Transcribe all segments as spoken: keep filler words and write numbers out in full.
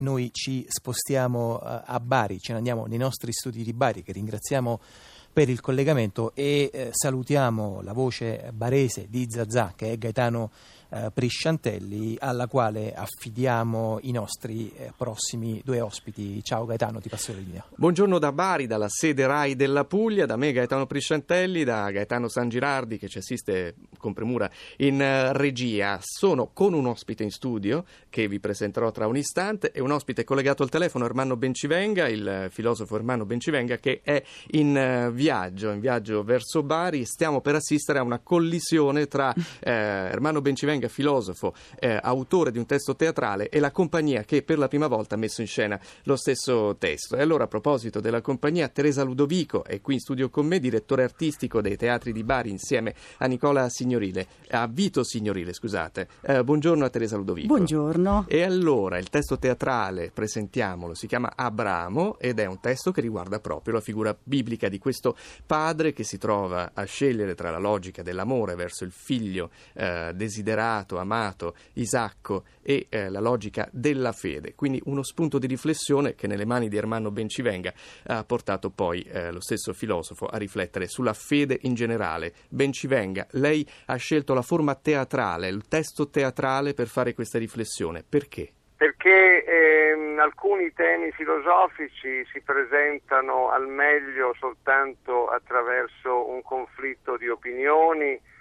noi ci spostiamo a Bari, ce ne andiamo nei nostri studi di Bari, che ringraziamo per il collegamento, e eh, salutiamo la voce barese di Zazà, che è Gaetano eh, Prisciantelli, alla quale affidiamo i nostri eh, prossimi due ospiti. Ciao Gaetano, ti passo la linea. Buongiorno da Bari, dalla sede RAI della Puglia, da me Gaetano Prisciantelli, da Gaetano Sangirardi che ci assiste con premura in uh, regia. Sono con un ospite in studio che vi presenterò tra un istante, e un ospite collegato al telefono, Ermanno Bencivenga, il filosofo Ermanno Bencivenga, che è in uh, viaggio, in viaggio verso Bari. Stiamo per assistere a una collisione tra eh, Ermanno Bencivenga, filosofo, eh, autore di un testo teatrale, e la compagnia che per la prima volta ha messo in scena lo stesso testo. E allora, a proposito della compagnia, Teresa Ludovico è qui in studio con me, direttore artistico dei teatri di Bari, insieme a Nicola Signorile, a Vito Signorile, scusate. Eh, buongiorno a Teresa Ludovico. Buongiorno. E allora, il testo teatrale, presentiamolo, si chiama Abramo, ed è un testo che riguarda proprio la figura biblica di questo padre che si trova a scegliere tra la logica dell'amore verso il figlio eh, desiderato, amato, Isacco, e eh, la logica della fede. Quindi uno spunto di riflessione che nelle mani di Ermanno Bencivenga ha portato poi eh, lo stesso filosofo a riflettere sulla fede in generale. Bencivenga, lei ha scelto la forma teatrale, il testo teatrale, per fare questa riflessione. Perché? Perché ehm, alcuni temi filosofici si presentano al meglio soltanto attraverso un conflitto di opinioni e,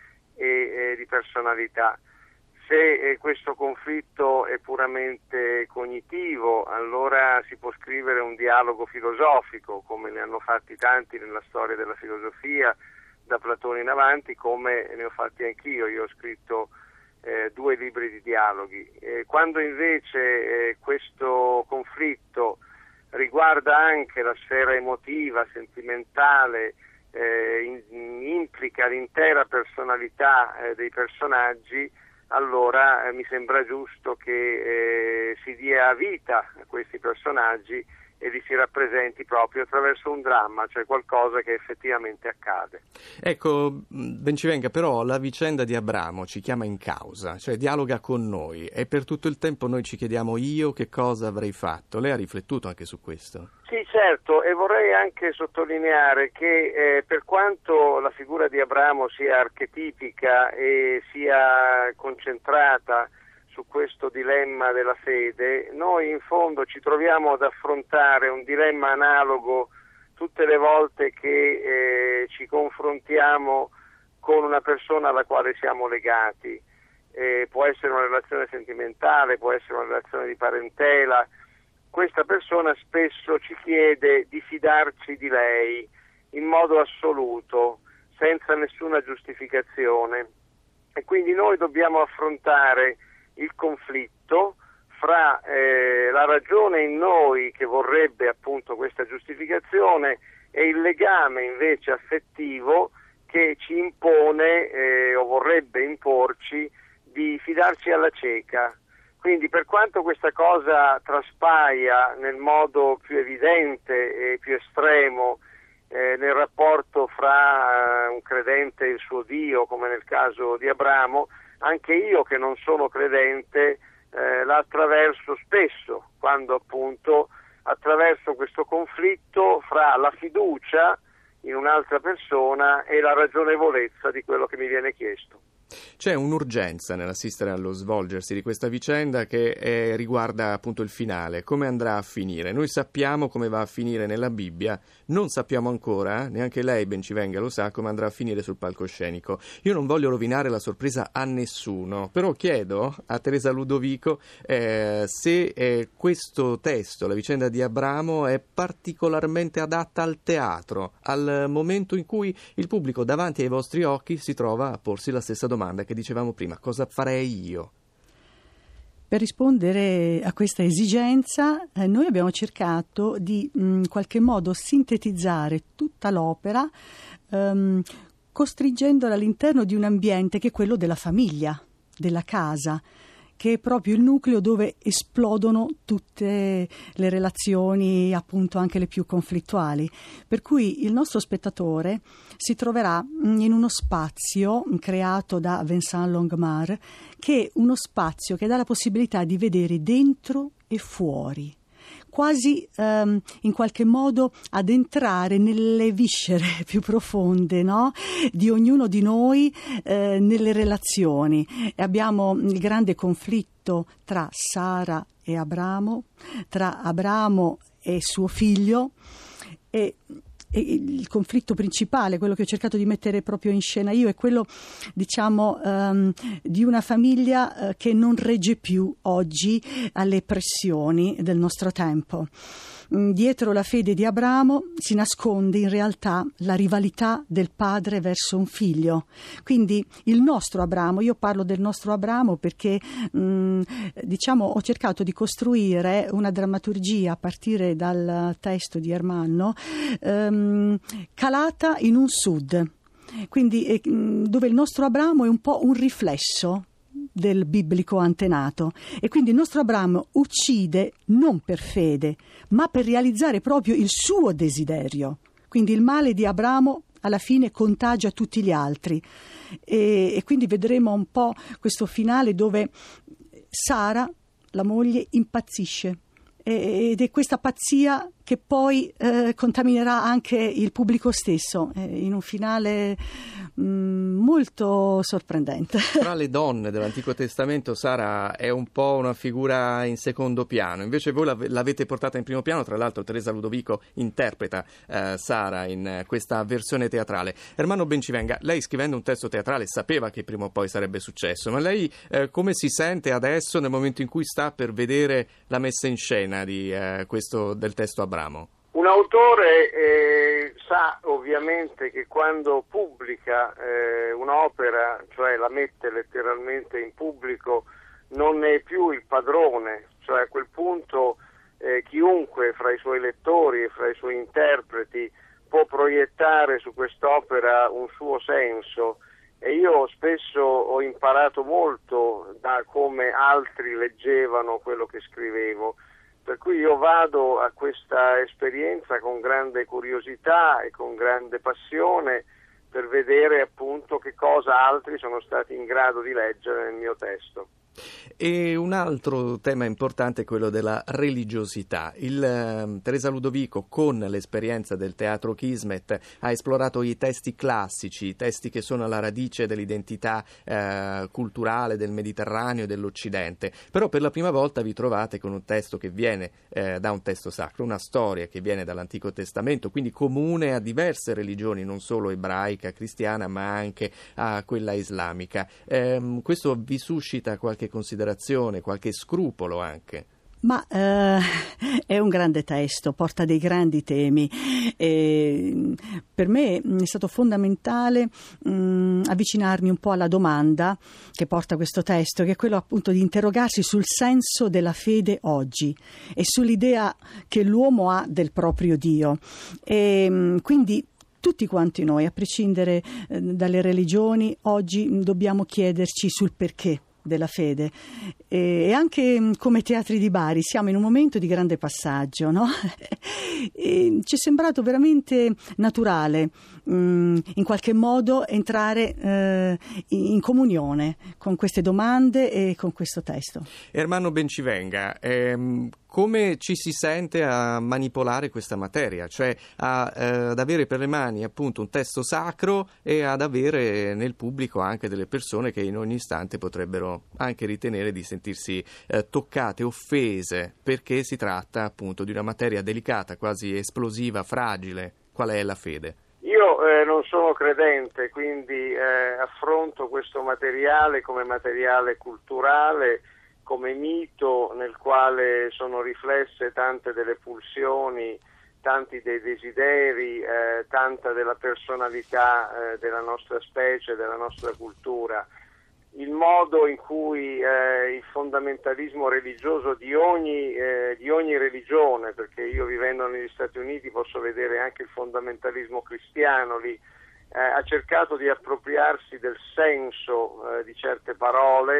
e di personalità. Se eh, questo conflitto è puramente cognitivo, allora si può scrivere un dialogo filosofico, come ne hanno fatti tanti nella storia della filosofia, da Platone in avanti, come ne ho fatti anch'io. Io ho scritto Eh, due libri di dialoghi. Eh, quando invece eh, questo conflitto riguarda anche la sfera emotiva, sentimentale, eh, in, implica l'intera personalità eh, dei personaggi, allora eh, mi sembra giusto che eh, si dia vita a questi personaggi e li si rappresenti proprio attraverso un dramma, cioè qualcosa che effettivamente accade. Ecco, Bencivenga, però la vicenda di Abramo ci chiama in causa, cioè dialoga con noi, e per tutto il tempo noi ci chiediamo: io che cosa avrei fatto? Lei ha riflettuto anche su questo? Sì, certo, e vorrei anche sottolineare che eh, per quanto la figura di Abramo sia archetipica e sia concentrata su questo dilemma della fede, noi in fondo ci troviamo ad affrontare un dilemma analogo tutte le volte che eh, ci confrontiamo con una persona alla quale siamo legati. Eh, può essere una relazione sentimentale, può essere una relazione di parentela. Questa persona spesso ci chiede di fidarci di lei in modo assoluto, senza nessuna giustificazione, e quindi noi dobbiamo affrontare il conflitto fra eh, la ragione in noi che vorrebbe appunto questa giustificazione e il legame invece affettivo che ci impone eh, o vorrebbe imporci di fidarci alla cieca. Quindi, per quanto questa cosa traspaia nel modo più evidente e più estremo eh, nel rapporto fra eh, un credente e il suo Dio, come nel caso di Abramo, anche io che non sono credente eh, la attraverso spesso, quando appunto attraverso questo conflitto fra la fiducia in un'altra persona e la ragionevolezza di quello che mi viene chiesto. C'è un'urgenza nell'assistere allo svolgersi di questa vicenda che è, riguarda appunto il finale, come andrà a finire. Noi sappiamo come va a finire nella Bibbia, non sappiamo ancora, neanche lei Bencivenga lo sa, come andrà a finire sul palcoscenico. Io non voglio rovinare la sorpresa a nessuno, però chiedo a Teresa Ludovico eh, se eh, questo testo, la vicenda di Abramo, è particolarmente adatta al teatro, al momento in cui il pubblico davanti ai vostri occhi si trova a porsi la stessa domanda che dicevamo prima: cosa farei io? Per rispondere a questa esigenza eh, noi abbiamo cercato di mh, in qualche modo sintetizzare tutta l'opera ehm, costringendola all'interno di un ambiente che è quello della famiglia, della casa, che è proprio il nucleo dove esplodono tutte le relazioni, appunto anche le più conflittuali. Per cui il nostro spettatore si troverà in uno spazio creato da Vincent Longmare, che è uno spazio che dà la possibilità di vedere dentro e fuori, quasi ehm, in qualche modo ad entrare nelle viscere più profonde, no? Di ognuno di noi, eh, nelle relazioni. E abbiamo il grande conflitto tra Sara e Abramo, tra Abramo e suo figlio, e E il conflitto principale, quello che ho cercato di mettere proprio in scena io, è quello, diciamo, um, di una famiglia uh, che non regge più oggi alle pressioni del nostro tempo. Mm, dietro la fede di Abramo si nasconde in realtà la rivalità del padre verso un figlio. Quindi il nostro Abramo, io parlo del nostro Abramo perché mm, diciamo ho cercato di costruire una drammaturgia a partire dal testo di Ermanno, um, calata in un sud, quindi eh, dove il nostro Abramo è un po' un riflesso del biblico antenato, e quindi il nostro Abramo uccide non per fede ma per realizzare proprio il suo desiderio. Quindi il male di Abramo alla fine contagia tutti gli altri, e, e quindi vedremo un po' questo finale dove Sara, la moglie, impazzisce, ed è questa pazzia che poi eh, contaminerà anche il pubblico stesso, eh, in un finale mh, molto sorprendente. Tra le donne dell'Antico Testamento Sara è un po' una figura in secondo piano, invece voi l'avete portata in primo piano. Tra l'altro Teresa Ludovico interpreta eh, Sara in questa versione teatrale. Ermanno Bencivenga, lei scrivendo un testo teatrale sapeva che prima o poi sarebbe successo, ma lei eh, come si sente adesso nel momento in cui sta per vedere la messa in scena di eh, questo del testo Abramo? Un autore eh, sa ovviamente che quando pubblica eh, un'opera, cioè la mette letteralmente in pubblico, non è più il padrone, cioè a quel punto eh, chiunque fra i suoi lettori e fra i suoi interpreti può proiettare su quest'opera un suo senso, e io spesso ho imparato molto da come altri leggevano quello che scrivevo. Per cui io vado a questa esperienza con grande curiosità e con grande passione per vedere appunto che cosa altri sono stati in grado di leggere nel mio testo. E un altro tema importante è quello della religiosità. Il, eh, Teresa Ludovico, con l'esperienza del teatro Kismet, ha esplorato i testi classici, i testi che sono alla radice dell'identità eh, culturale del Mediterraneo e dell'Occidente. Però per la prima volta vi trovate con un testo che viene eh, da un testo sacro, una storia che viene dall'Antico Testamento, quindi comune a diverse religioni, non solo ebraica, cristiana, ma anche a quella islamica. Eh, questo vi suscita qualche considerazione, qualche scrupolo anche? Ma eh, è un grande testo, porta dei grandi temi, e per me è stato fondamentale mh, avvicinarmi un po' alla domanda che porta questo testo, che è quello appunto di interrogarsi sul senso della fede oggi e sull'idea che l'uomo ha del proprio Dio, e mh, quindi tutti quanti noi, a prescindere eh, dalle religioni, oggi dobbiamo chiederci sul perché della fede, e anche come Teatri di Bari siamo in un momento di grande passaggio, no? E ci è sembrato veramente naturale mh, in qualche modo entrare eh, in comunione con queste domande e con questo testo. Ermanno Bencivenga, ehm, come ci si sente a manipolare questa materia, cioè a, eh, ad avere per le mani appunto un testo sacro e ad avere nel pubblico anche delle persone che in ogni istante potrebbero anche ritenere di sentirsi eh, toccate, offese, perché si tratta appunto di una materia delicata, quasi esplosiva, fragile. Qual è la fede? Io eh, non sono credente, quindi eh, affronto questo materiale come materiale culturale, come mito nel quale sono riflesse tante delle pulsioni, tanti dei desideri, eh, tanta della personalità eh, della nostra specie, della nostra cultura. Il modo in cui eh, il fondamentalismo religioso di ogni, eh, di ogni religione, perché io vivendo negli Stati Uniti posso vedere anche il fondamentalismo cristiano lì, eh, ha cercato di appropriarsi del senso eh, di certe parole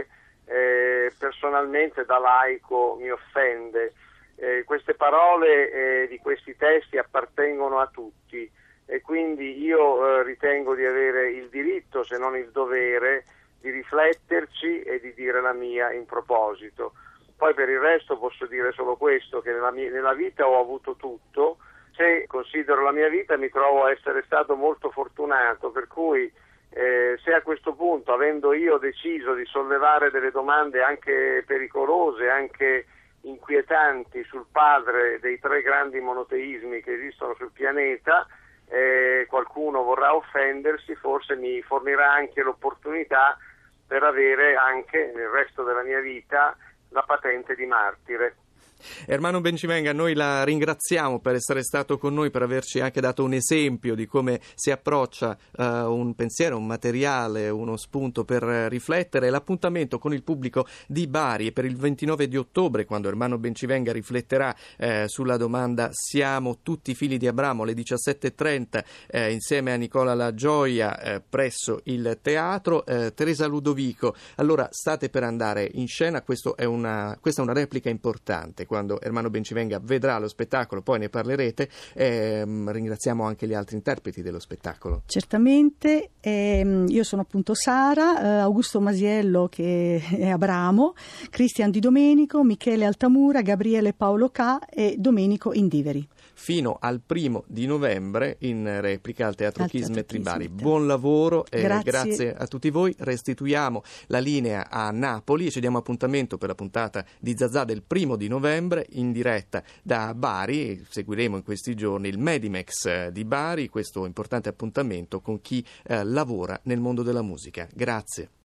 eh, personalmente da laico mi offende. Eh, queste parole eh, di questi testi appartengono a tutti e quindi io eh, ritengo di avere il diritto, se non il dovere, di rifletterci e di dire la mia in proposito. Poi per il resto posso dire solo questo, che nella, mia, nella vita ho avuto tutto. Se considero la mia vita mi trovo a essere stato molto fortunato, per cui eh, se a questo punto, avendo io deciso di sollevare delle domande anche pericolose, anche inquietanti sul padre dei tre grandi monoteismi che esistono sul pianeta, eh, qualcuno vorrà offendersi, forse mi fornirà anche l'opportunità per avere anche nel resto della mia vita la patente di martire. Ermanno Bencivenga, noi la ringraziamo per essere stato con noi, per averci anche dato un esempio di come si approccia uh, un pensiero, un materiale, uno spunto per riflettere. L'appuntamento con il pubblico di Bari è per il ventinove di ottobre, quando Ermanno Bencivenga rifletterà eh, sulla domanda "Siamo tutti figli di Abramo", alle diciassette e trenta eh, insieme a Nicola La Gioia eh, presso il teatro. eh, Teresa Ludovico, allora state per andare in scena, questo è una, questa è una replica importante. Quando Ermanno Bencivenga vedrà lo spettacolo, poi ne parlerete. Eh, ringraziamo anche gli altri interpreti dello spettacolo. Certamente, ehm, io sono appunto Sara, eh, Augusto Masiello che è Abramo, Cristian Di Domenico, Michele Altamura, Gabriele Paolo Ca e Domenico Indiveri. Fino al primo di novembre in replica al Teatro Al Teatro Kismet di Bari. Kismet. Buon lavoro e grazie. grazie a tutti voi. Restituiamo la linea a Napoli e ci diamo appuntamento per la puntata di Zazà del primo di novembre in diretta da Bari. Seguiremo in questi giorni il Medimex di Bari, questo importante appuntamento con chi eh, lavora nel mondo della musica. Grazie.